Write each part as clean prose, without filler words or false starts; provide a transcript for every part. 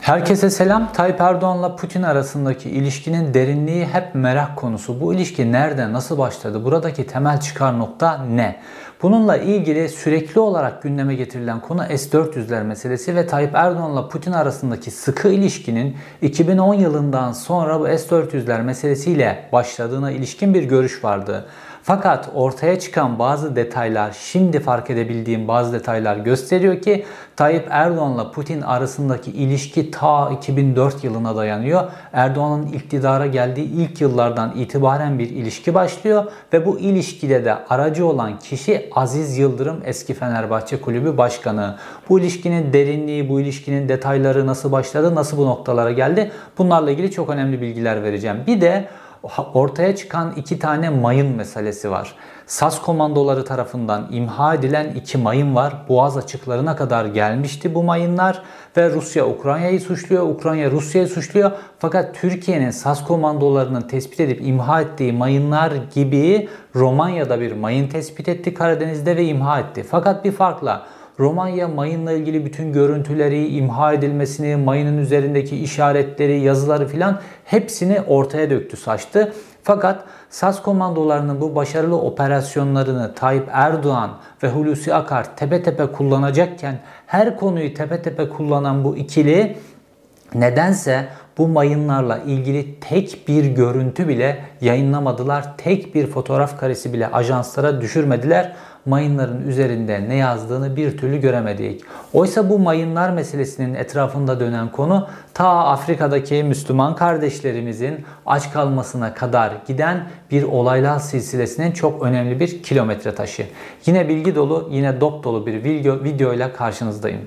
Herkese selam. Tayyip Erdoğan'la Putin arasındaki ilişkinin derinliği hep merak konusu. Bu ilişki nerede, nasıl başladı? Buradaki temel çıkar nokta ne? Bununla ilgili sürekli olarak gündeme getirilen konu S-400'ler meselesi ve Tayyip Erdoğan'la Putin arasındaki sıkı ilişkinin 2010 yılından sonra bu S-400'ler meselesiyle başladığına ilişkin bir görüş vardı. Fakat ortaya çıkan bazı detaylar, şimdi fark edebildiğim bazı detaylar gösteriyor ki Tayyip Erdoğan'la Putin arasındaki ilişki ta 2004 yılına dayanıyor. Erdoğan'ın iktidara geldiği ilk yıllardan itibaren bir ilişki başlıyor ve bu ilişkide de aracı olan kişi Aziz Yıldırım, eski Fenerbahçe Kulübü Başkanı. Bu ilişkinin derinliği, bu ilişkinin detayları nasıl başladı, nasıl bu noktalara geldi? Bunlarla ilgili çok önemli bilgiler vereceğim. Bir de ortaya çıkan iki tane mayın meselesi var. Sas komandoları tarafından imha edilen iki mayın var. Boğaz açıklarına kadar gelmişti bu mayınlar ve Rusya Ukrayna'yı suçluyor, Ukrayna Rusya'yı suçluyor. Fakat Türkiye'nin Sas komandolarının tespit edip imha ettiği mayınlar gibi Romanya'da bir mayın tespit etti Karadeniz'de ve imha etti. Fakat bir farkla Romanya mayınla ilgili bütün görüntüleri, imha edilmesini, mayının üzerindeki işaretleri, yazıları filan hepsini ortaya döktü, saçtı. Fakat Sas komandolarının bu başarılı operasyonlarını Tayyip Erdoğan ve Hulusi Akar tepe tepe kullanacakken her konuyu tepe tepe kullanan bu ikili nedense bu mayınlarla ilgili tek bir görüntü bile yayınlamadılar. Tek bir fotoğraf karesi bile ajanslara düşürmediler. Mayınların üzerinde ne yazdığını bir türlü göremedik. Oysa bu mayınlar meselesinin etrafında dönen konu ta Afrika'daki Müslüman kardeşlerimizin aç kalmasına kadar giden bir olaylar silsilesinin çok önemli bir kilometre taşı. Yine bilgi dolu, yine dop dolu bir video ile karşınızdayım.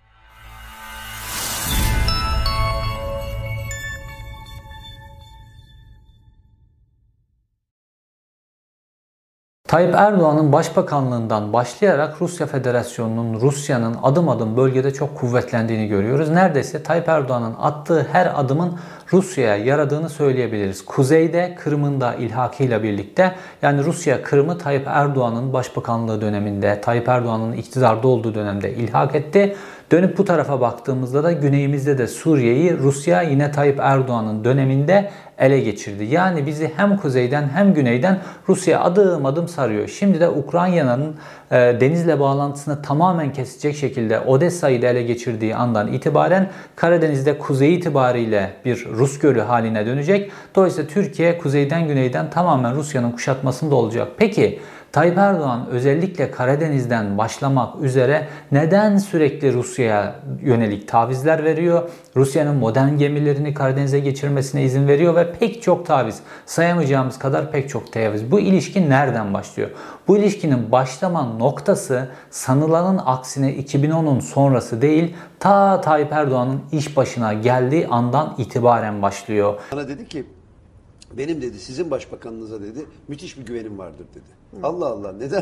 Tayyip Erdoğan'ın başbakanlığından başlayarak Rusya Federasyonu'nun, Rusya'nın adım adım bölgede çok kuvvetlendiğini görüyoruz. Neredeyse Tayyip Erdoğan'ın attığı her adımın Rusya'ya yaradığını söyleyebiliriz. Kuzeyde Kırım'ın da ilhakıyla birlikte, yani Rusya Kırım'ı Tayyip Erdoğan'ın başbakanlığı döneminde, Tayyip Erdoğan'ın iktidarda olduğu dönemde ilhak etti. Dönüp bu tarafa baktığımızda da güneyimizde de Suriye'yi Rusya yine Tayyip Erdoğan'ın döneminde ele geçirdi. Yani bizi hem kuzeyden hem güneyden Rusya adım adım sarıyor. Şimdi de Ukrayna'nın denizle bağlantısını tamamen kesecek şekilde Odessa'yı da ele geçirdiği andan itibaren Karadeniz'de kuzey itibariyle bir Rus gölü haline dönecek. Dolayısıyla Türkiye kuzeyden güneyden tamamen Rusya'nın kuşatmasında olacak. Peki Tayyip Erdoğan özellikle Karadeniz'den başlamak üzere neden sürekli Rusya'ya yönelik tavizler veriyor? Rusya'nın modern gemilerini Karadeniz'e geçirmesine izin veriyor ve pek çok taviz, sayamayacağımız kadar pek çok taviz. Bu ilişki nereden başlıyor? Bu ilişkinin başlama noktası sanılanın aksine 2010'un sonrası değil, ta Tayyip Erdoğan'ın iş başına geldiği andan itibaren başlıyor. Bana dedi ki, benim dedi sizin başbakanınıza dedi müthiş bir güvenim vardır dedi. Allah Allah, neden?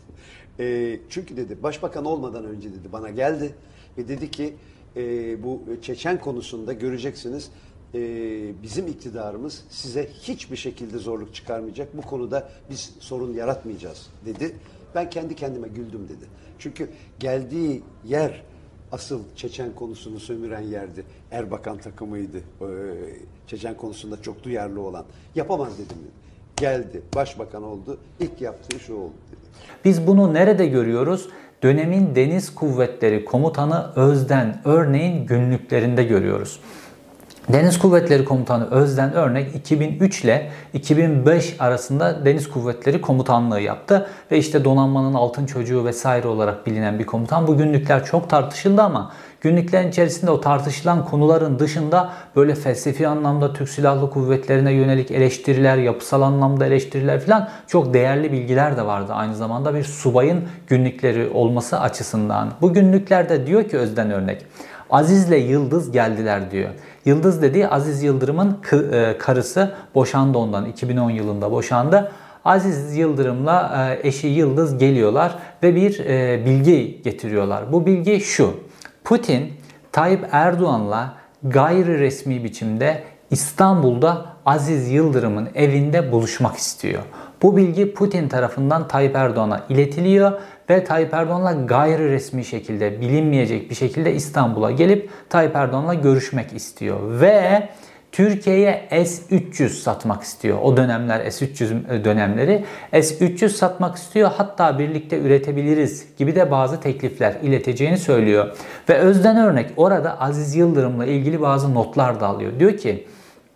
Çünkü dedi başbakan olmadan önce dedi bana geldi ve dedi ki bu Çeçen konusunda göreceksiniz bizim iktidarımız size hiçbir şekilde zorluk çıkarmayacak. Bu konuda biz sorun yaratmayacağız dedi. Ben kendi kendime güldüm dedi. Çünkü geldiği yer asıl Çeçen konusunu sömüren yerdi. Erbakan takımıydı. Çeçen konusunda çok duyarlı olan. Yapamaz dedim dedi. Geldi, başbakan oldu. İlk yaptığı şu oldu dedi. Biz bunu nerede görüyoruz? Dönemin Deniz Kuvvetleri Komutanı Özden Örneğin günlüklerinde görüyoruz. Deniz Kuvvetleri Komutanı Özden Örnek 2003 ile 2005 arasında Deniz Kuvvetleri Komutanlığı yaptı. Ve işte donanmanın altın çocuğu vesaire olarak bilinen bir komutan. Bu günlükler çok tartışıldı ama günlüklerin içerisinde o tartışılan konuların dışında böyle felsefi anlamda Türk Silahlı Kuvvetleri'ne yönelik eleştiriler, yapısal anlamda eleştiriler falan çok değerli bilgiler de vardı. Aynı zamanda bir subayın günlükleri olması açısından. Bu günlüklerde diyor ki Özden Örnek, Aziz'le Yıldız geldiler diyor. Yıldız dediği Aziz Yıldırım'ın karısı, boşandı ondan, 2010 yılında boşandı. Aziz Yıldırım'la eşi Yıldız geliyorlar ve bir bilgi getiriyorlar. Bu bilgi şu: Putin Tayyip Erdoğan'la gayri resmi biçimde İstanbul'da Aziz Yıldırım'ın evinde buluşmak istiyor. Bu bilgi Putin tarafından Tayyip Erdoğan'a iletiliyor ve Tayyip Erdoğan'la gayri resmi şekilde, bilinmeyecek bir şekilde İstanbul'a gelip Tayyip Erdoğan'la görüşmek istiyor ve Türkiye'ye S-300 satmak istiyor. O dönemler S-300 dönemleri. S-300 satmak istiyor. Hatta birlikte üretebiliriz gibi de bazı teklifler ileteceğini söylüyor. Ve Özden Örnek orada Aziz Yıldırım'la ilgili bazı notlar da alıyor. Diyor ki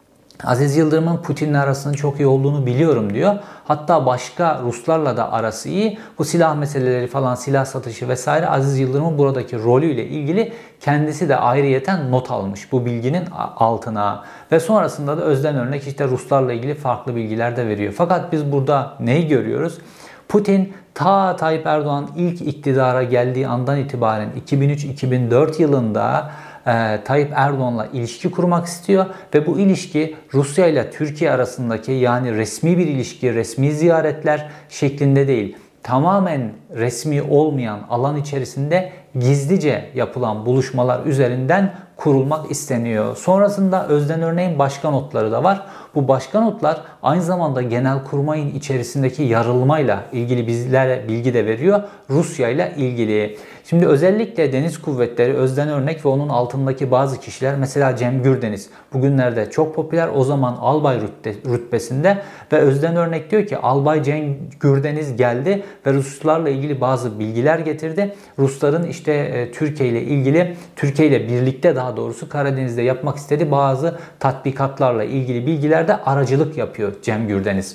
Aziz Yıldırım'ın Putin'le arasının çok iyi olduğunu biliyorum diyor. Hatta başka Ruslarla da arası iyi. Bu silah meseleleri falan, silah satışı vesaire Aziz Yıldırım'ın buradaki rolüyle ilgili kendisi de ayrıyeten not almış bu bilginin altına. Ve sonrasında da Özden Örnek işte Ruslarla ilgili farklı bilgiler de veriyor. Fakat biz burada neyi görüyoruz? Putin ta Tayyip Erdoğan ilk iktidara geldiği andan itibaren 2003-2004 yılında Tayyip Erdoğan'la ilişki kurmak istiyor ve bu ilişki Rusya ile Türkiye arasındaki yani resmi bir ilişki, resmi ziyaretler şeklinde değil, tamamen resmi olmayan alan içerisinde gizlice yapılan buluşmalar üzerinden kurulmak isteniyor. Sonrasında Özden Örneğin başka notları da var. Bu başka notlar aynı zamanda Genelkurmay'ın içerisindeki yarılmayla ilgili bizlere bilgi de veriyor. Rusya ile ilgili. Şimdi özellikle Deniz Kuvvetleri, Özden Örnek ve onun altındaki bazı kişiler, mesela Cem Gürdeniz bugünlerde çok popüler, o zaman albay rütbesinde ve Özden Örnek diyor ki Albay Cem Gürdeniz geldi ve Ruslarla ilgili bazı bilgiler getirdi. Rusların işte Türkiye ile ilgili, Türkiye ile birlikte daha doğrusu Karadeniz'de yapmak istediği bazı tatbikatlarla ilgili bilgilerde aracılık yapıyor Cem Gürdeniz.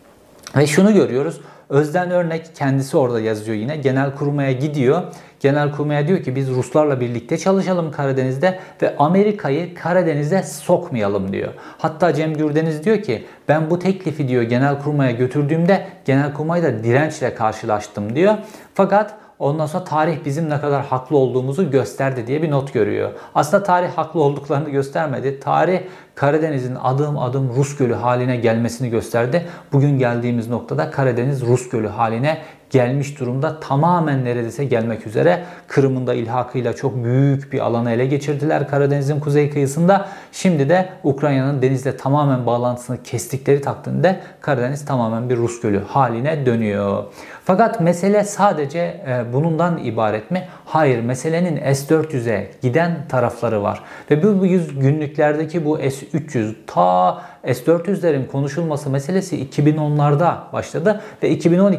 Ve şunu görüyoruz. Özden Örnek kendisi orada yazıyor yine. Genelkurmay'a gidiyor. Genelkurmay'a diyor ki biz Ruslarla birlikte çalışalım Karadeniz'de ve Amerika'yı Karadeniz'e sokmayalım diyor. Hatta Cem Gürdeniz diyor ki ben bu teklifi diyor Genelkurmay'a götürdüğümde Genelkurmay'da dirençle karşılaştım diyor. Fakat ondan sonra tarih bizim ne kadar haklı olduğumuzu gösterdi diye bir not görüyor. Aslında tarih haklı olduklarını göstermedi. Tarih Karadeniz'in adım adım Rus Gölü haline gelmesini gösterdi. Bugün geldiğimiz noktada Karadeniz Rus Gölü haline gelmiş durumda. Tamamen neredeyse gelmek üzere. Kırım'ın da ilhakıyla çok büyük bir alanı ele geçirdiler Karadeniz'in kuzey kıyısında. Şimdi de Ukrayna'nın denizle tamamen bağlantısını kestikleri takdirde Karadeniz tamamen bir Rus Gölü haline dönüyor. Fakat mesele sadece bundan ibaret mi? Hayır, meselenin S-400'e giden tarafları var. Ve bu 100 günlüklerdeki bu S-300 ta S-400'lerin konuşulması meselesi 2010'larda başladı ve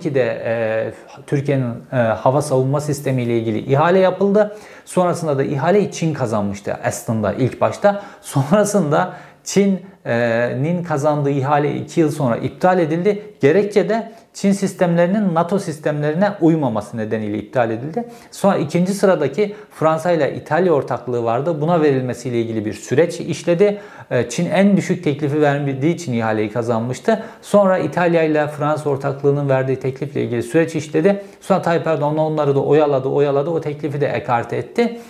2012'de Türkiye'nin hava savunma sistemi ile ilgili ihale yapıldı. Sonrasında da ihaleyi Çin kazanmıştı aslında ilk başta. Sonrasında Çin'in kazandığı ihale 2 yıl sonra iptal edildi. Gerekçe de Çin sistemlerinin NATO sistemlerine uymaması nedeniyle iptal edildi. Sonra ikinci sıradaki Fransa ile İtalya ortaklığı vardı. Buna verilmesiyle ilgili bir süreç işledi. Çin en düşük teklifi verdiği için ihaleyi kazanmıştı. Sonra İtalya ile Fransa ortaklığının verdiği teklifle ilgili süreç işledi. Sonra Tayyip Erdoğan onları da oyaladı. O teklifi de ekarte etti.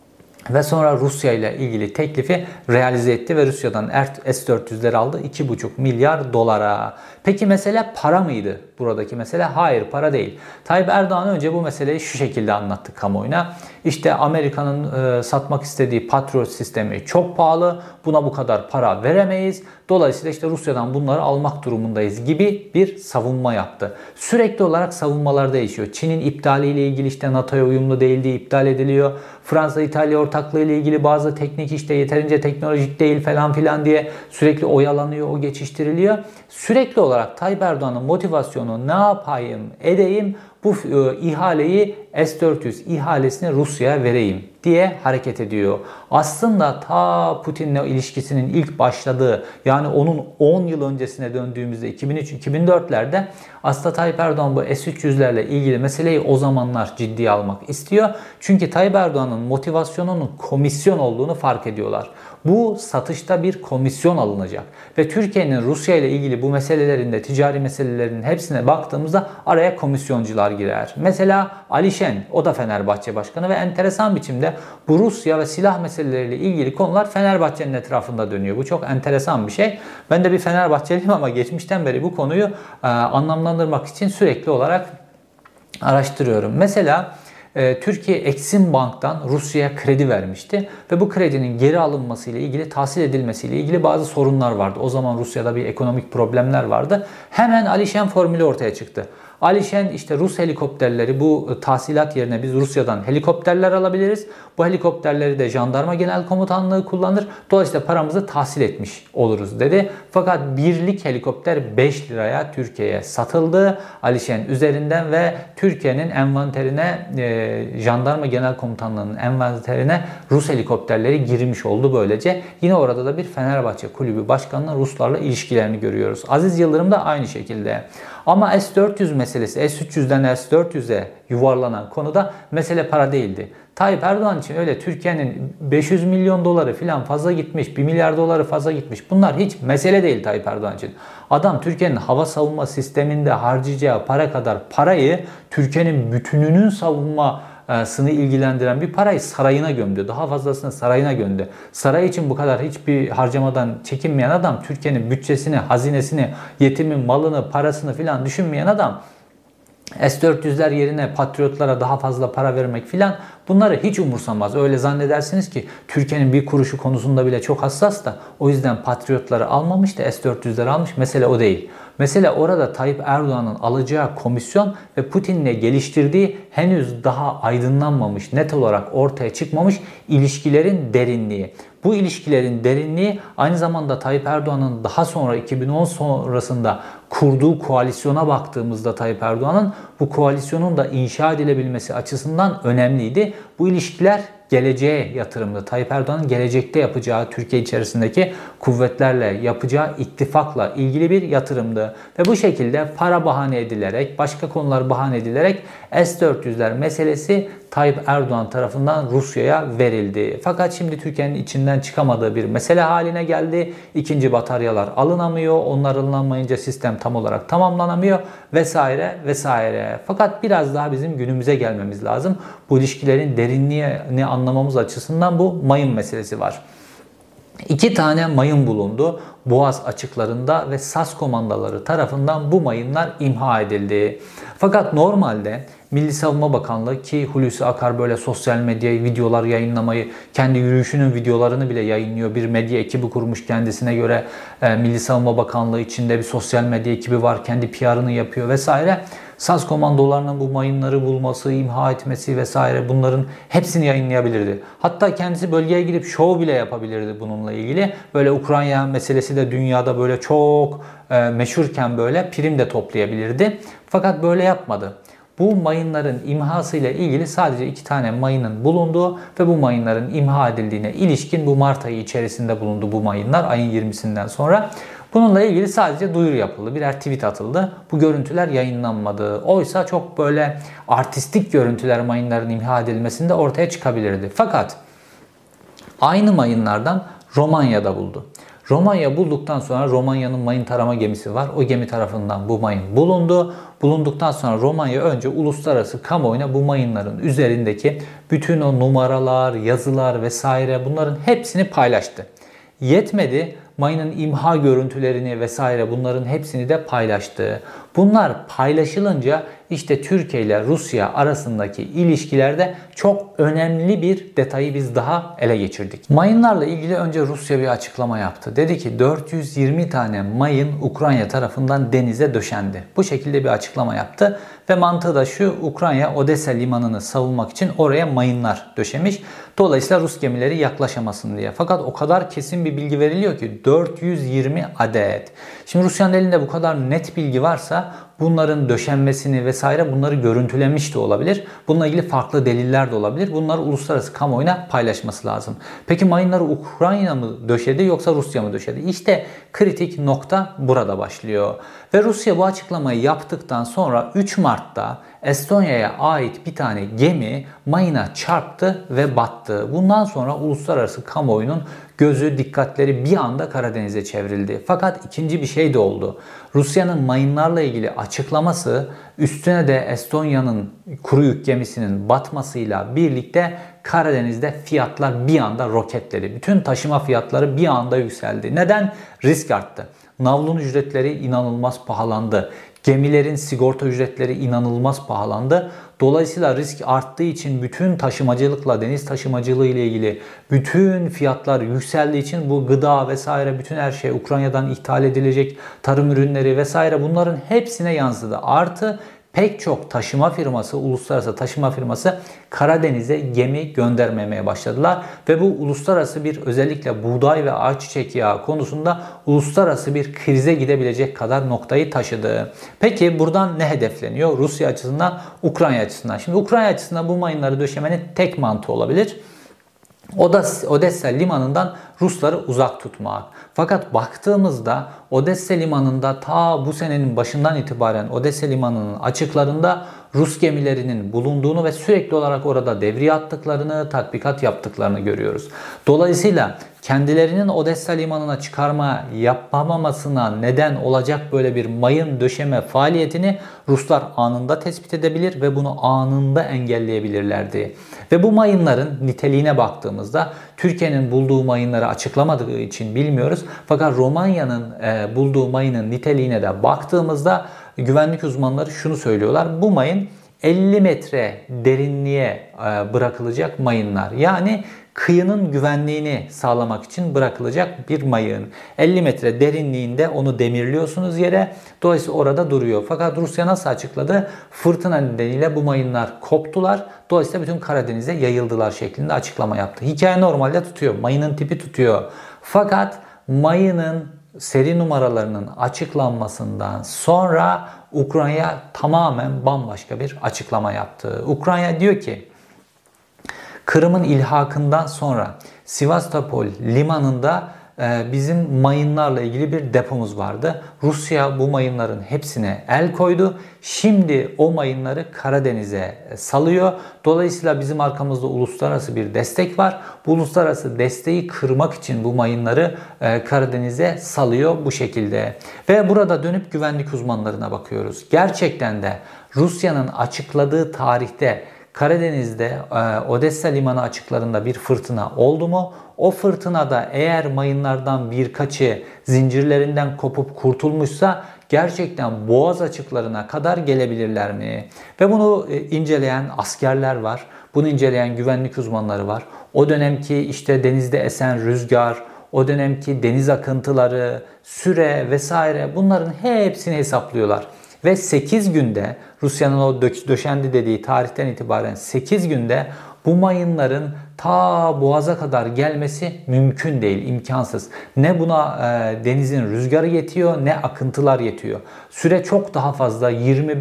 Ve sonra Rusya ile ilgili teklifi realize etti ve Rusya'dan S-400'leri aldı 2,5 milyar dolara. Peki mesele para mıydı buradaki mesele? Hayır, para değil. Tayyip Erdoğan önce bu meseleyi şu şekilde anlattı kamuoyuna. İşte Amerika'nın satmak istediği Patriot sistemi çok pahalı. Buna bu kadar para veremeyiz. Dolayısıyla işte Rusya'dan bunları almak durumundayız gibi bir savunma yaptı. Sürekli olarak savunmalar değişiyor. Çin'in iptaliyle ilgili işte NATO'ya uyumlu değildiği iptal ediliyor. Fransa-İtalya ortaklığı ile ilgili bazı teknik işte yeterince teknolojik değil falan filan diye sürekli oyalanıyor, o geçiştiriliyor. Sürekli olarak Tayyip Erdoğan'ın motivasyonu ne yapayım edeyim bu ihaleyi S-400 ihalesini Rusya'ya vereyim diye hareket ediyor. Aslında ta Putin'le ilişkisinin ilk başladığı yani onun 10 yıl öncesine döndüğümüzde 2003-2004'lerde aslında Tayyip Erdoğan bu S-300'lerle ilgili meseleyi o zamanlar ciddiye almak istiyor. Çünkü Tayyip Erdoğan'ın motivasyonunun komisyon olduğunu fark ediyorlar. Bu satışta bir komisyon alınacak. Ve Türkiye'nin Rusya ile ilgili bu meselelerinde, ticari meselelerinin hepsine baktığımızda araya komisyoncular girer. Mesela Ali Şen, o da Fenerbahçe Başkanı ve enteresan biçimde bu Rusya ve silah meseleleriyle ilgili konular Fenerbahçe'nin etrafında dönüyor. Bu çok enteresan bir şey. Ben de bir Fenerbahçeliyim ama geçmişten beri bu konuyu anlamlandırmak için sürekli olarak araştırıyorum. Mesela Türkiye Exim Bank'tan Rusya'ya kredi vermişti ve bu kredinin geri alınmasıyla ilgili, tahsil edilmesiyle ilgili bazı sorunlar vardı. O zaman Rusya'da bir ekonomik problemler vardı. Hemen Ali Şen formülü ortaya çıktı. Alişen işte Rus helikopterleri, bu tahsilat yerine biz Rusya'dan helikopterler alabiliriz. Bu helikopterleri de Jandarma Genel Komutanlığı kullanır. Dolayısıyla paramızı tahsil etmiş oluruz dedi. Fakat birlik helikopter 5 liraya Türkiye'ye satıldı Alişen üzerinden ve Türkiye'nin envanterine, Jandarma Genel Komutanlığı'nın envanterine Rus helikopterleri girmiş oldu böylece. Yine orada da bir Fenerbahçe Kulübü Başkanı'nın Ruslarla ilişkilerini görüyoruz. Aziz Yıldırım da aynı şekilde. Ama S-400 meselesi, S-300'den S-400'e yuvarlanan konuda mesele para değildi. Tayyip Erdoğan için öyle Türkiye'nin 500 milyon doları falan fazla gitmiş, 1 milyar doları fazla gitmiş. Bunlar hiç mesele değil Tayyip Erdoğan için. Adam Türkiye'nin hava savunma sisteminde harcayacağı para kadar parayı Türkiye'nin bütününün savunmasını ilgilendiren bir parayı sarayına gömdü. Daha fazlasını sarayına gömdü. Saray için bu kadar hiçbir harcamadan çekinmeyen adam, Türkiye'nin bütçesini, hazinesini, yetimin malını, parasını filan düşünmeyen adam, S-400'ler yerine patriotlara daha fazla para vermek filan, bunları hiç umursamaz. Öyle zannedersiniz ki Türkiye'nin bir kuruşu konusunda bile çok hassas da o yüzden patriotları almamış da S-400'leri almış. Mesele o değil. Mesele orada Tayyip Erdoğan'ın alacağı komisyon ve Putin'le geliştirdiği henüz daha aydınlanmamış, net olarak ortaya çıkmamış ilişkilerin derinliği. Bu ilişkilerin derinliği aynı zamanda Tayyip Erdoğan'ın daha sonra 2010 sonrasında kurduğu koalisyona baktığımızda Tayyip Erdoğan'ın bu koalisyonun da inşa edilebilmesi açısından önemliydi. Bu ilişkiler geleceğe yatırımdı. Tayyip Erdoğan'ın gelecekte yapacağı, Türkiye içerisindeki kuvvetlerle yapacağı ittifakla ilgili bir yatırımdı. Ve bu şekilde para bahane edilerek, başka konular bahane edilerek S-400'ler meselesi Tayyip Erdoğan tarafından Rusya'ya verildi. Fakat şimdi Türkiye'nin içinden çıkamadığı bir mesele haline geldi. İkinci bataryalar alınamıyor. Onlar alınmayınca sistem tam olarak tamamlanamıyor vesaire vesaire. Fakat biraz daha bizim günümüze gelmemiz lazım. Bu ilişkilerin derinliğini anlamamız açısından bu mayın meselesi var. 2 tane mayın bulundu Boğaz açıklarında ve SAS komandoları tarafından bu mayınlar imha edildi. Fakat normalde Milli Savunma Bakanlığı, ki Hulusi Akar böyle sosyal medyaya videolar yayınlamayı, kendi yürüyüşünün videolarını bile yayınlıyor. Bir medya ekibi kurmuş kendisine göre. Milli Savunma Bakanlığı içinde bir sosyal medya ekibi var. Kendi PR'ını yapıyor vesaire. SAS komandolarının bu mayınları bulması, imha etmesi vesaire, bunların hepsini yayınlayabilirdi. Hatta kendisi bölgeye gidip şov bile yapabilirdi bununla ilgili. Böyle Ukrayna meselesi de dünyada böyle çok meşhurken böyle prim de toplayabilirdi. Fakat böyle yapmadı. Bu mayınların imhasıyla ilgili sadece 2 tane mayının bulunduğu ve bu mayınların imha edildiğine ilişkin, bu Mart ayı içerisinde bulundu bu mayınlar, ayın 20'sinden sonra. Bununla ilgili sadece duyuru yapıldı. Birer tweet atıldı. Bu görüntüler yayınlanmadı. Oysa çok böyle artistik görüntüler mayınların imha edilmesinde ortaya çıkabilirdi. Fakat aynı mayınlardan Romanya'da buldu. Romanya bulduktan sonra Romanya'nın mayın tarama gemisi var. O gemi tarafından bu mayın bulundu. Bulunduktan sonra Romanya önce uluslararası kamuoyuna bu mayınların üzerindeki bütün o numaralar, yazılar vesaire, bunların hepsini paylaştı. Yetmedi, mayının imha görüntülerini vesaire, bunların hepsini de paylaştı. Bunlar paylaşılınca işte Türkiye ile Rusya arasındaki ilişkilerde çok önemli bir detayı biz daha ele geçirdik. Mayınlarla ilgili önce Rusya bir açıklama yaptı. Dedi ki 420 tane mayın Ukrayna tarafından denize döşendi. Bu şekilde bir açıklama yaptı ve mantığı da şu: Ukrayna Odessa limanını savunmak için oraya mayınlar döşemiş. Dolayısıyla Rus gemileri yaklaşamasın diye. Fakat o kadar kesin bir bilgi veriliyor ki 420 adet. Şimdi Rusya'nın elinde bu kadar net bilgi varsa bunların döşenmesini vesaire, bunları görüntülemiş de olabilir. Bununla ilgili farklı deliller de olabilir. Bunları uluslararası kamuoyuna paylaşması lazım. Peki mayınları Ukrayna mı döşedi yoksa Rusya mı döşedi? İşte kritik nokta burada başlıyor. Ve Rusya bu açıklamayı yaptıktan sonra 3 Mart'ta Estonya'ya ait bir tane gemi mayına çarptı ve battı. Bundan sonra uluslararası kamuoyunun gözü, dikkatleri bir anda Karadeniz'e çevrildi. Fakat ikinci bir şey de oldu. Rusya'nın mayınlarla ilgili açıklaması üstüne de Estonya'nın kuru yük gemisinin batmasıyla birlikte Karadeniz'de fiyatlar bir anda roketledi. Bütün taşıma fiyatları bir anda yükseldi. Neden? Risk arttı. Navlun ücretleri inanılmaz pahalandı. Gemilerin sigorta ücretleri inanılmaz pahalandı. Dolayısıyla risk arttığı için bütün taşımacılıkla, deniz taşımacılığı ile ilgili bütün fiyatlar yükseldiği için bu gıda vesaire, bütün her şey, Ukrayna'dan ithal edilecek tarım ürünleri vesaire, bunların hepsine yansıdı. Artı pek çok taşıma firması, uluslararası taşıma firması Karadeniz'e gemi göndermemeye başladılar. Ve bu uluslararası bir, özellikle buğday ve ayçiçek yağı konusunda uluslararası bir krize gidebilecek kadar noktayı taşıdı. Peki buradan ne hedefleniyor? Rusya açısından, Ukrayna açısından. Şimdi Ukrayna açısından bu mayınları döşemenin tek mantığı olabilir: Odessa limanından Rusları uzak tutmak. Fakat baktığımızda Odessa limanında ta bu senenin başından itibaren Odessa limanının açıklarında Rus gemilerinin bulunduğunu ve sürekli olarak orada devriye attıklarını, tatbikat yaptıklarını görüyoruz. Dolayısıyla kendilerinin Odessa limanına çıkarma yapmamasına neden olacak böyle bir mayın döşeme faaliyetini Ruslar anında tespit edebilir ve bunu anında engelleyebilirlerdi. Ve bu mayınların niteliğine baktığımızda Türkiye'nin bulduğu mayınları açıklamadığı için bilmiyoruz. Fakat Romanya'nın bulduğu mayının niteliğine de baktığımızda güvenlik uzmanları şunu söylüyorlar: bu mayın 50 metre derinliğe bırakılacak mayınlar. Yani kıyının güvenliğini sağlamak için bırakılacak bir mayın. 50 metre derinliğinde onu demirliyorsunuz yere. Dolayısıyla orada duruyor. Fakat Rusya nasıl açıkladı? Fırtına nedeniyle bu mayınlar koptular. Dolayısıyla bütün Karadeniz'e yayıldılar şeklinde açıklama yaptı. Hikaye normalde tutuyor. Mayının tipi tutuyor. Fakat mayının seri numaralarının açıklanmasından sonra Ukrayna tamamen bambaşka bir açıklama yaptı. Ukrayna diyor ki, Kırım'ın ilhakından sonra Sivastopol limanında bizim mayınlarla ilgili bir depomuz vardı. Rusya bu mayınların hepsine el koydu. Şimdi o mayınları Karadeniz'e salıyor. Dolayısıyla bizim arkamızda uluslararası bir destek var. Bu uluslararası desteği kırmak için bu mayınları Karadeniz'e salıyor bu şekilde. Ve burada dönüp güvenlik uzmanlarına bakıyoruz. Gerçekten de Rusya'nın açıkladığı tarihte Karadeniz'de Odessa limanı açıklarında bir fırtına oldu mu? O fırtınada eğer mayınlardan birkaçı zincirlerinden kopup kurtulmuşsa gerçekten boğaz açıklarına kadar gelebilirler mi? Ve bunu inceleyen askerler var. Bunu inceleyen güvenlik uzmanları var. O dönemki işte denizde esen rüzgar, o dönemki deniz akıntıları, süre vesaire, bunların hepsini hesaplıyorlar. Ve 8 günde, Rusya'nın o döşendi dediği tarihten itibaren 8 günde bu mayınların ta boğaza kadar gelmesi mümkün değil, imkansız. Ne buna denizin rüzgarı yetiyor, ne akıntılar yetiyor. Süre çok daha fazla,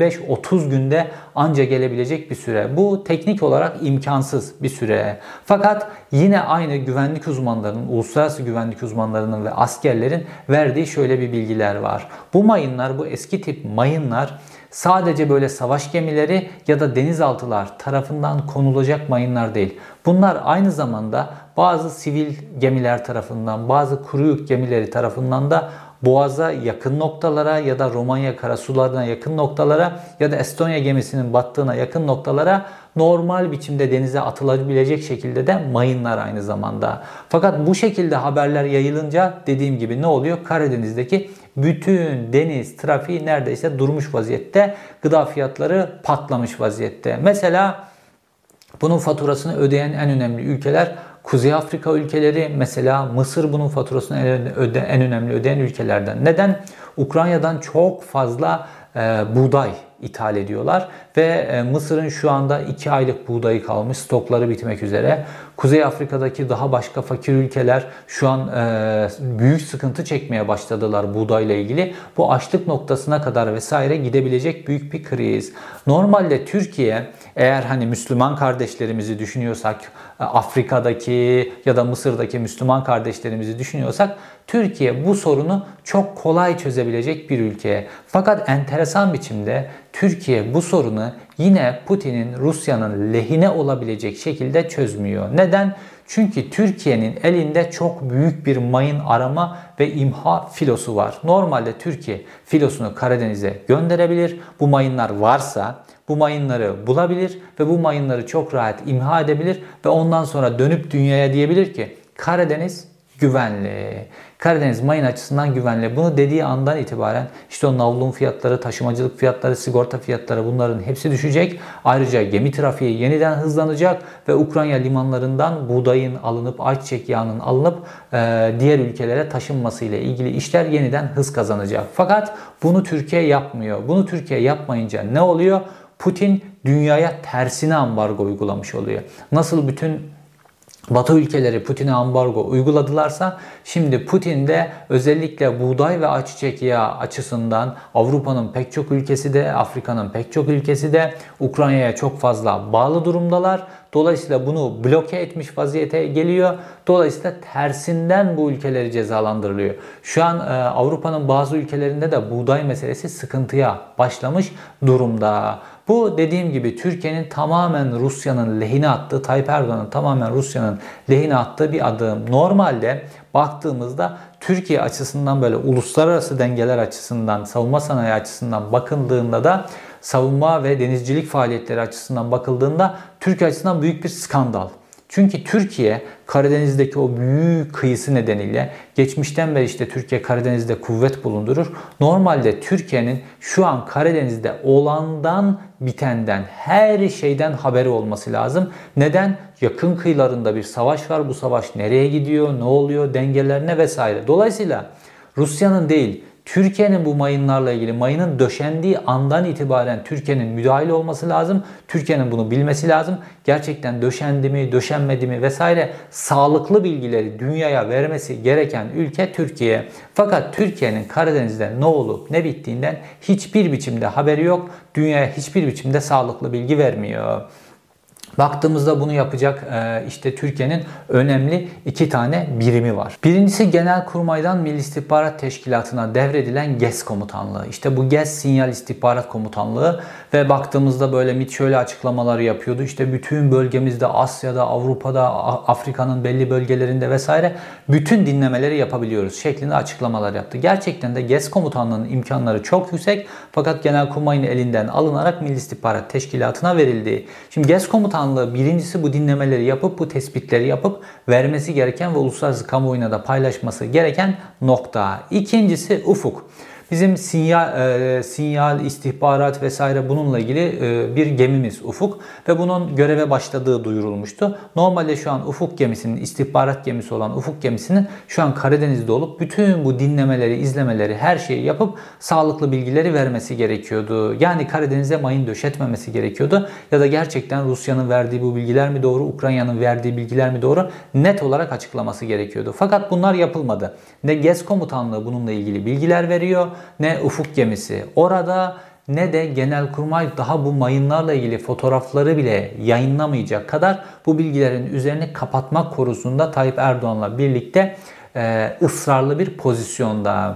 25-30 günde anca gelebilecek bir süre. Bu teknik olarak imkansız bir süre. Fakat yine aynı güvenlik uzmanlarının, uluslararası güvenlik uzmanlarının ve askerlerin verdiği şöyle bir bilgiler var. Bu mayınlar, bu eski tip mayınlar sadece böyle savaş gemileri ya da denizaltılar tarafından konulacak mayınlar değil. Bunlar aynı zamanda bazı sivil gemiler tarafından, bazı kuru yük gemileri tarafından da boğaza yakın noktalara ya da Romanya karasularına yakın noktalara ya da Estonya gemisinin battığına yakın noktalara normal biçimde denize atılabilecek şekilde de mayınlar aynı zamanda. Fakat bu şekilde haberler yayılınca dediğim gibi ne oluyor? Karadeniz'deki bütün deniz trafiği neredeyse durmuş vaziyette. Gıda fiyatları patlamış vaziyette. Mesela bunun faturasını ödeyen en önemli ülkeler Kuzey Afrika ülkeleri, mesela Mısır bunun faturasını en önemli ödeyen ülkelerden. Neden? Ukrayna'dan çok fazla buğday ithal ediyorlar ve Mısır'ın şu anda 2 aylık buğdayı kalmış, stokları bitmek üzere. Kuzey Afrika'daki daha başka fakir ülkeler şu an büyük sıkıntı çekmeye başladılar buğdayla ilgili. Bu açlık noktasına kadar vesaire gidebilecek büyük bir kriz. Normalde Türkiye, eğer hani Müslüman kardeşlerimizi düşünüyorsak, Afrika'daki ya da Mısır'daki Müslüman kardeşlerimizi düşünüyorsak, Türkiye bu sorunu çok kolay çözebilecek bir ülke. Fakat enteresan biçimde Türkiye bu sorunu yine Putin'in, Rusya'nın lehine olabilecek şekilde çözmüyor. Neden? Çünkü Türkiye'nin elinde çok büyük bir mayın arama ve imha filosu var. Normalde Türkiye filosunu Karadeniz'e gönderebilir. Bu mayınlar varsa bu mayınları bulabilir ve bu mayınları çok rahat imha edebilir ve ondan sonra dönüp dünyaya diyebilir ki Karadeniz güvenli. Karadeniz mayın açısından güvenli. Bunu dediği andan itibaren işte o navlun fiyatları, taşımacılık fiyatları, sigorta fiyatları bunların hepsi düşecek. Ayrıca gemi trafiği yeniden hızlanacak ve Ukrayna limanlarından buğdayın alınıp, ayçiçek yağının alınıp diğer ülkelere taşınması ile ilgili işler yeniden hız kazanacak. Fakat bunu Türkiye yapmıyor. Bunu Türkiye yapmayınca ne oluyor? Putin dünyaya tersine ambargo uygulamış oluyor. Nasıl bütün Batı ülkeleri Putin'e ambargo uyguladılarsa şimdi Putin de özellikle buğday ve ayçiçek yağı açısından Avrupa'nın pek çok ülkesi de, Afrika'nın pek çok ülkesi de Ukrayna'ya çok fazla bağlı durumdalar. Dolayısıyla bunu bloke etmiş vaziyete geliyor. Dolayısıyla tersinden bu ülkeleri cezalandırılıyor. Şu an Avrupa'nın bazı ülkelerinde de buğday meselesi sıkıntıya başlamış durumda. Bu dediğim gibi Türkiye'nin tamamen Rusya'nın lehine attığı, Tayyip Erdoğan'ın tamamen Rusya'nın lehine attığı bir adım. Normalde baktığımızda Türkiye açısından böyle uluslararası dengeler açısından, savunma sanayi açısından bakıldığında da savunma ve denizcilik faaliyetleri açısından bakıldığında Türkiye açısından büyük bir skandal. Çünkü Türkiye Karadeniz'deki o büyük kıyısı nedeniyle geçmişten beri işte Türkiye Karadeniz'de kuvvet bulundurur. Normalde Türkiye'nin şu an Karadeniz'de olandan bitenden her şeyden haberi olması lazım. Neden? Yakın kıyılarında bir savaş var. Bu savaş nereye gidiyor? Ne oluyor? Dengelerine vesaire. Dolayısıyla Rusya'nın değil Türkiye'nin bu mayınlarla ilgili mayının döşendiği andan itibaren Türkiye'nin müdahale olması lazım. Türkiye'nin bunu bilmesi lazım. Gerçekten döşendi mi, döşenmedi mi vesaire sağlıklı bilgileri dünyaya vermesi gereken ülke Türkiye. Fakat Türkiye'nin Karadeniz'de ne olup ne bittiğinden hiçbir biçimde haberi yok. Dünyaya hiçbir biçimde sağlıklı bilgi vermiyor. Baktığımızda bunu yapacak işte Türkiye'nin önemli iki tane birimi var. Birincisi Genelkurmay'dan Milli İstihbarat Teşkilatı'na devredilen GES Komutanlığı. İşte bu GES Sinyal İstihbarat Komutanlığı ve baktığımızda böyle MİT şöyle açıklamaları yapıyordu. İşte bütün bölgemizde Asya'da, Avrupa'da, Afrika'nın belli bölgelerinde vesaire bütün dinlemeleri yapabiliyoruz şeklinde açıklamalar yaptı. Gerçekten de GES Komutanlığı'nın imkanları çok yüksek fakat Genelkurmay'ın elinden alınarak Milli İstihbarat Teşkilatı'na verildi. Şimdi GES Komutanlığı birincisi bu dinlemeleri yapıp bu tespitleri yapıp vermesi gereken ve uluslararası kamuoyuna da paylaşması gereken nokta. İkincisi ufuk. Bizim sinyal, istihbarat vesaire bununla ilgili bir gemimiz Ufuk ve bunun göreve başladığı duyurulmuştu. Normalde şu an Ufuk gemisinin, istihbarat gemisi olan Ufuk gemisinin şu an Karadeniz'de olup bütün bu dinlemeleri, izlemeleri, her şeyi yapıp sağlıklı bilgileri vermesi gerekiyordu. Yani Karadeniz'e mayın döşetmemesi gerekiyordu. Ya da gerçekten Rusya'nın verdiği bu bilgiler mi doğru, Ukrayna'nın verdiği bilgiler mi doğru net olarak açıklaması gerekiyordu. Fakat bunlar yapılmadı. Ne GES Komutanlığı bununla ilgili bilgiler veriyor, ne Ufuk gemisi orada, ne de Genelkurmay daha bu mayınlarla ilgili fotoğrafları bile yayınlamayacak kadar bu bilgilerin üzerini kapatmak konusunda Tayyip Erdoğan'la birlikte ısrarlı bir pozisyonda.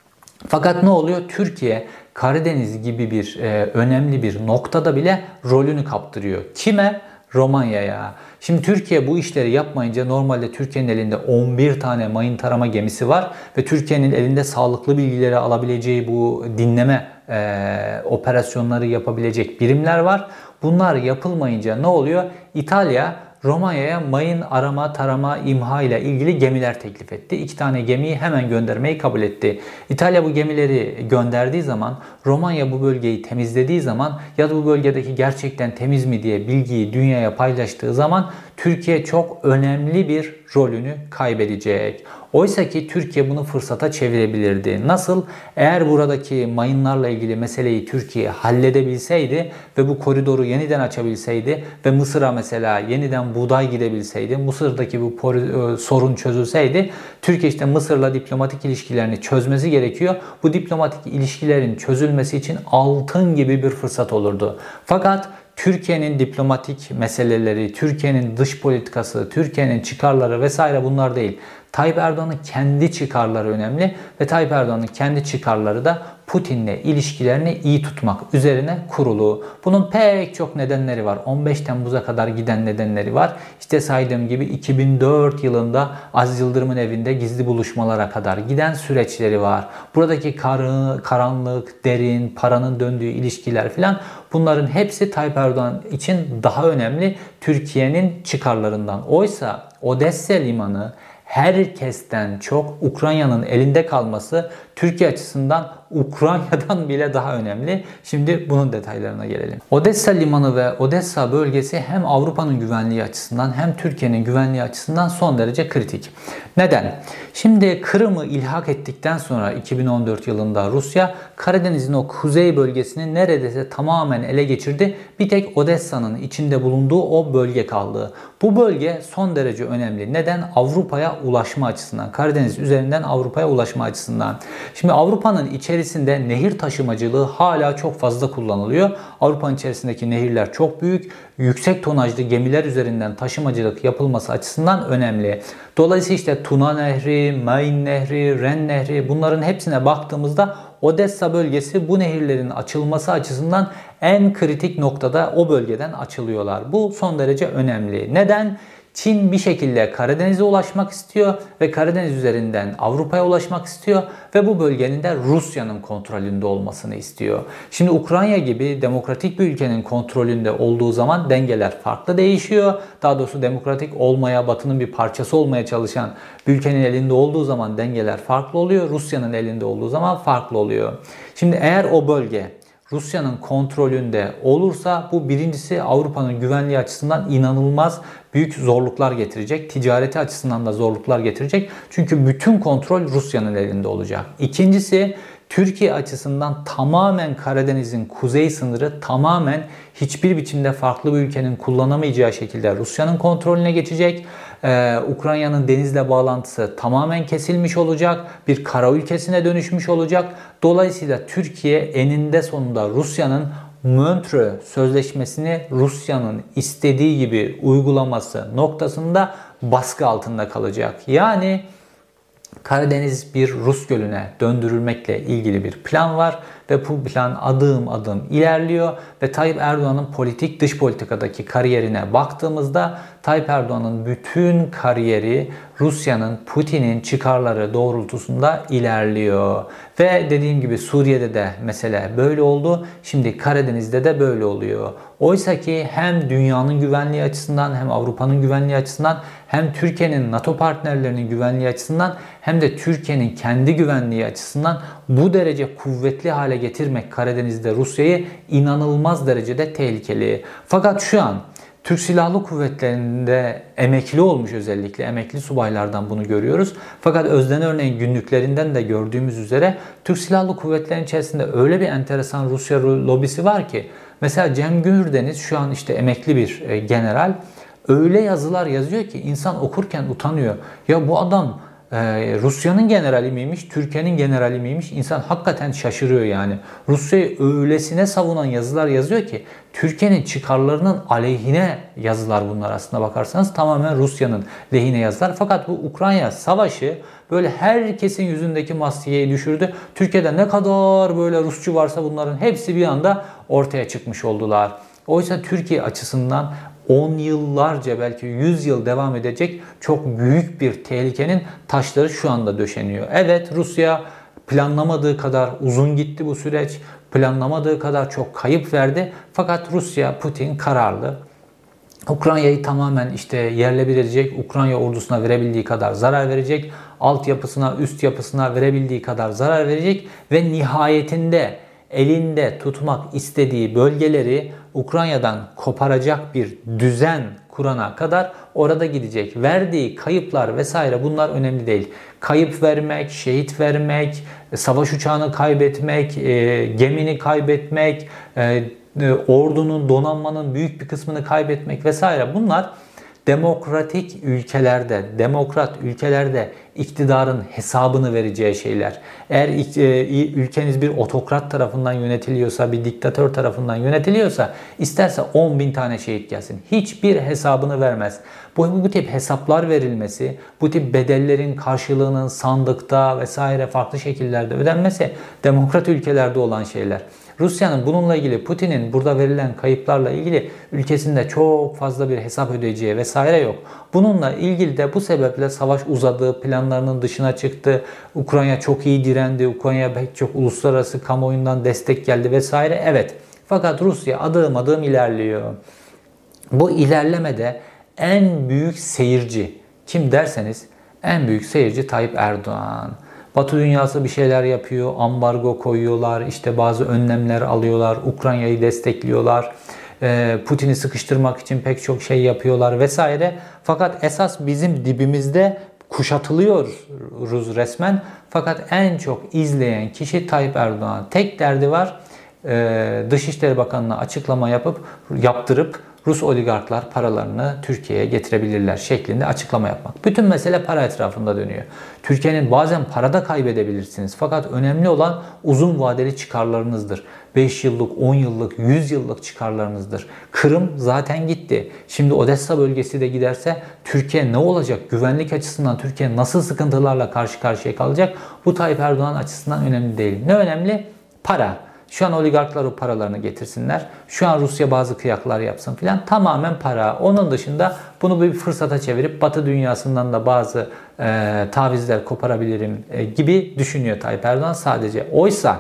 Fakat ne oluyor? Türkiye Karadeniz gibi bir önemli bir noktada bile rolünü kaptırıyor. Kime? Romanya'ya. Şimdi Türkiye bu işleri yapmayınca normalde Türkiye'nin elinde 11 tane mayın tarama gemisi var ve Türkiye'nin elinde sağlıklı bilgileri alabileceği bu dinleme operasyonları yapabilecek birimler var. Bunlar yapılmayınca ne oluyor? İtalya Romanya'ya mayın arama, tarama, imha ile ilgili gemiler teklif etti. 2 tane gemiyi hemen göndermeyi kabul etti. İtalya bu gemileri gönderdiği zaman, Romanya bu bölgeyi temizlediği zaman ya da bu bölgedeki gerçekten temiz mi diye bilgiyi dünyaya paylaştığı zaman Türkiye çok önemli bir rolünü kaybedecek. Oysa ki Türkiye bunu fırsata çevirebilirdi. Nasıl? Eğer buradaki mayınlarla ilgili meseleyi Türkiye halledebilseydi ve bu koridoru yeniden açabilseydi ve Mısır'a mesela yeniden buğday gidebilseydi, Mısır'daki bu sorun çözülseydi, Türkiye işte Mısır'la diplomatik ilişkilerini çözmesi gerekiyor. Bu diplomatik ilişkilerin çözülmesi için altın gibi bir fırsat olurdu. Fakat Türkiye'nin diplomatik meseleleri, Türkiye'nin dış politikası, Türkiye'nin çıkarları vesaire bunlar değil. Tayyip Erdoğan'ın kendi çıkarları önemli ve Tayyip Erdoğan'ın kendi çıkarları da Putin'le ilişkilerini iyi tutmak üzerine kurulu. Bunun pek çok nedenleri var. 15 Temmuz'a kadar giden nedenleri var. İşte saydığım gibi 2004 yılında Aziz Yıldırım'ın evinde gizli buluşmalara kadar giden süreçleri var. Buradaki karanlık, derin, paranın döndüğü ilişkiler filan, bunların hepsi Tayyip Erdoğan için daha önemli Türkiye'nin çıkarlarından. Oysa Odessa limanı herkesten çok Ukrayna'nın elinde kalması Türkiye açısından Ukrayna'dan bile daha önemli. Şimdi bunun detaylarına gelelim. Odessa limanı ve Odessa bölgesi hem Avrupa'nın güvenliği açısından hem Türkiye'nin güvenliği açısından son derece kritik. Neden? Şimdi Kırım'ı ilhak ettikten sonra 2014 yılında Rusya Karadeniz'in o kuzey bölgesini neredeyse tamamen ele geçirdi. Bir tek Odessa'nın içinde bulunduğu o bölge kaldı. Bu bölge son derece önemli. Neden? Avrupa'ya ulaşma açısından. Karadeniz üzerinden Avrupa'ya ulaşma açısından. Şimdi Avrupa'nın içerisinde nehir taşımacılığı hala çok fazla kullanılıyor. Avrupa'nın içerisindeki nehirler çok büyük. Yüksek tonajlı gemiler üzerinden taşımacılık yapılması açısından önemli. Dolayısıyla işte Tuna Nehri, Main Nehri, Ren Nehri, bunların hepsine baktığımızda Odessa bölgesi bu nehirlerin açılması açısından en kritik noktada o bölgeden açılıyorlar. Bu son derece önemli. Neden? Çin bir şekilde Karadeniz'e ulaşmak istiyor ve Karadeniz üzerinden Avrupa'ya ulaşmak istiyor ve bu bölgenin de Rusya'nın kontrolünde olmasını istiyor. Şimdi Ukrayna gibi demokratik bir ülkenin kontrolünde olduğu zaman dengeler farklı değişiyor. Daha doğrusu demokratik olmaya, Batı'nın bir parçası olmaya çalışan bir ülkenin elinde olduğu zaman dengeler farklı oluyor. Rusya'nın elinde olduğu zaman farklı oluyor. Şimdi eğer o bölge Rusya'nın kontrolünde olursa bu birincisi Avrupa'nın güvenliği açısından inanılmaz büyük zorluklar getirecek. Ticareti açısından da zorluklar getirecek. Çünkü bütün kontrol Rusya'nın elinde olacak. İkincisi Türkiye açısından tamamen Karadeniz'in kuzey sınırı tamamen hiçbir biçimde farklı bir ülkenin kullanamayacağı şekilde Rusya'nın kontrolüne geçecek. Ukrayna'nın denizle bağlantısı tamamen kesilmiş olacak. Bir kara ülkesine dönüşmüş olacak. Dolayısıyla Türkiye eninde sonunda Rusya'nın Montreux Sözleşmesi'ni Rusya'nın istediği gibi uygulaması noktasında baskı altında kalacak. Yani Karadeniz bir Rus gölüne döndürülmekle ilgili bir plan var ve bu plan adım adım ilerliyor ve Tayyip Erdoğan'ın politik dış politikadaki kariyerine baktığımızda Tayyip Erdoğan'ın bütün kariyeri Rusya'nın, Putin'in çıkarları doğrultusunda ilerliyor. Ve dediğim gibi Suriye'de de mesele böyle oldu. Şimdi Karadeniz'de de böyle oluyor. Oysa ki hem dünyanın güvenliği açısından hem Avrupa'nın güvenliği açısından hem Türkiye'nin NATO partnerlerinin güvenliği açısından hem de Türkiye'nin kendi güvenliği açısından bu derece kuvvetli hale getirmek Karadeniz'de Rusya'yı inanılmaz derecede tehlikeli. Fakat şu an Türk Silahlı Kuvvetleri'nde emekli olmuş, özellikle emekli subaylardan bunu görüyoruz. Fakat Özden örneğin günlüklerinden de gördüğümüz üzere Türk Silahlı Kuvvetleri'nin içerisinde öyle bir enteresan Rusya lobisi var ki mesela Cem Gürdeniz şu an işte emekli bir general, öyle yazılar yazıyor ki insan okurken utanıyor. Ya bu adam Rusya'nın generali miymiş, Türkiye'nin generali miymiş? İnsan hakikaten şaşırıyor yani. Rusya'yı öylesine savunan yazılar yazıyor ki Türkiye'nin çıkarlarının aleyhine yazılar bunlar, aslında bakarsanız tamamen Rusya'nın lehine yazılar. Fakat bu Ukrayna savaşı böyle herkesin yüzündeki maskeyi düşürdü. Türkiye'de ne kadar böyle Rusçu varsa bunların hepsi bir anda ortaya çıkmış oldular. Oysa Türkiye açısından 10 yıllarca, belki 100 yıl devam edecek çok büyük bir tehlikenin taşları şu anda döşeniyor. Evet, Rusya planlamadığı kadar uzun gitti bu süreç. Planlamadığı kadar çok kayıp verdi. Fakat Rusya, Putin kararlı. Ukrayna'yı tamamen işte yerle bir edecek. Ukrayna ordusuna verebildiği kadar zarar verecek. Altyapısına, üst yapısına verebildiği kadar zarar verecek. Ve nihayetinde elinde tutmak istediği bölgeleri Ukrayna'dan koparacak bir düzen kurana kadar orada gidecek. Verdiği kayıplar vesaire bunlar önemli değil. Kayıp vermek, şehit vermek, savaş uçağını kaybetmek, gemini kaybetmek, ordunun, donanmanın büyük bir kısmını kaybetmek vesaire, bunlar demokratik ülkelerde, demokrat ülkelerde iktidarın hesabını vereceği şeyler. Eğer ülkeniz bir otokrat tarafından yönetiliyorsa, bir diktatör tarafından yönetiliyorsa, isterse 10.000 tane şehit gelsin, hiçbir hesabını vermez. Bu tip hesaplar verilmesi, bu tip bedellerin karşılığının sandıkta vesaire farklı şekillerde ödenmesi demokrat ülkelerde olan şeyler. Rusya'nın bununla ilgili, Putin'in burada verilen kayıplarla ilgili ülkesinde çok fazla bir hesap ödeyeceği vesaire yok. Bununla ilgili de bu sebeple savaş uzadı, planlarının dışına çıktı. Ukrayna çok iyi direndi, Ukrayna'ya pek çok uluslararası kamuoyundan destek geldi vesaire. Evet, fakat Rusya adım adım ilerliyor. Bu ilerlemede en büyük seyirci kim derseniz, En büyük seyirci Tayyip Erdoğan. Batı dünyası bir şeyler yapıyor, ambargo koyuyorlar, işte bazı önlemler alıyorlar, Ukrayna'yı destekliyorlar, Putin'i sıkıştırmak için pek çok şey yapıyorlar vesaire. Fakat esas bizim dibimizde kuşatılıyoruz resmen. Fakat en çok izleyen kişi Tayyip Erdoğan. Tek derdi var, Dışişleri Bakanı'na açıklama yaptırıp Rus oligarklar paralarını Türkiye'ye getirebilirler şeklinde açıklama yapmak. Bütün mesele para etrafında dönüyor. Türkiye'nin bazen para da kaybedebilirsiniz. Fakat önemli olan uzun vadeli çıkarlarınızdır. 5 yıllık, 10 yıllık, 100 yıllık çıkarlarınızdır. Kırım zaten gitti. Şimdi Odessa bölgesi de giderse Türkiye ne olacak? Güvenlik açısından Türkiye nasıl sıkıntılarla karşı karşıya kalacak? Bu Tayyip Erdoğan açısından önemli değil. Ne önemli? Para. Şu an oligarklar o paralarını getirsinler. Şu an Rusya bazı kıyaklar yapsın filan. Tamamen para. Onun dışında bunu bir fırsata çevirip Batı dünyasından da bazı tavizler koparabilirim gibi düşünüyor Tayyip Erdoğan sadece. Oysa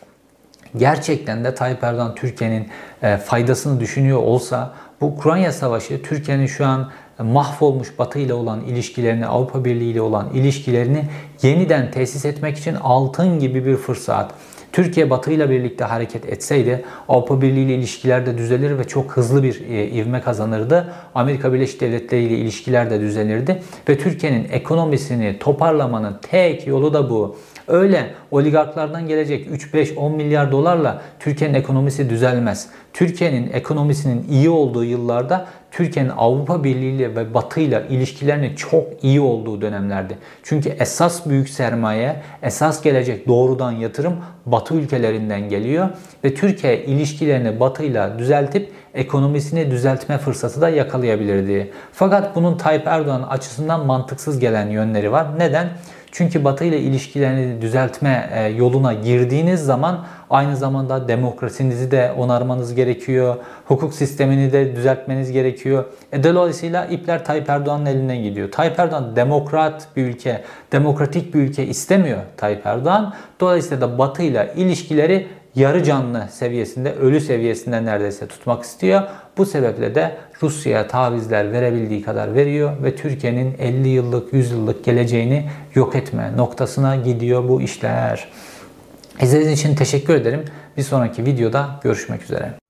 gerçekten de Tayyip Erdoğan Türkiye'nin faydasını düşünüyor olsa bu Ukrayna Savaşı Türkiye'nin şu an mahvolmuş Batı ile olan ilişkilerini, Avrupa Birliği ile olan ilişkilerini yeniden tesis etmek için altın gibi bir fırsat. Türkiye Batı ile birlikte hareket etseydi Avrupa Birliği ile ilişkiler de düzelir ve çok hızlı bir ivme kazanırdı. Amerika Birleşik Devletleri ile ilişkiler de düzelirdi ve Türkiye'nin ekonomisini toparlamanın tek yolu da bu. Öyle oligarklardan gelecek 3-5-10 milyar dolarla Türkiye'nin ekonomisi düzelmez. Türkiye'nin ekonomisinin iyi olduğu yıllarda Türkiye'nin Avrupa Birliği ile ve Batı ile ilişkilerinin çok iyi olduğu dönemlerdi. Çünkü esas büyük sermaye, esas gelecek doğrudan yatırım Batı ülkelerinden geliyor ve Türkiye ilişkilerini Batı ile düzeltip ekonomisini düzeltme fırsatı da yakalayabilirdi. Fakat bunun Tayyip Erdoğan açısından mantıksız gelen yönleri var. Neden? Çünkü Batı ile ilişkilerini düzeltme yoluna girdiğiniz zaman aynı zamanda demokrasinizi de onarmanız gerekiyor. Hukuk sistemini de düzeltmeniz gerekiyor. Dolayısıyla ipler Tayyip Erdoğan'ın elinden gidiyor. Tayyip Erdoğan demokrat bir ülke, demokratik bir ülke istemiyor Tayyip Erdoğan. Dolayısıyla da Batı ile ilişkileri yarı canlı seviyesinde, ölü seviyesinde neredeyse tutmak istiyor. Bu sebeple de Rusya'ya tavizler verebildiği kadar veriyor ve Türkiye'nin 50 yıllık, 100 yıllık geleceğini yok etme noktasına gidiyor bu işler. İzlediğiniz için teşekkür ederim. Bir sonraki videoda görüşmek üzere.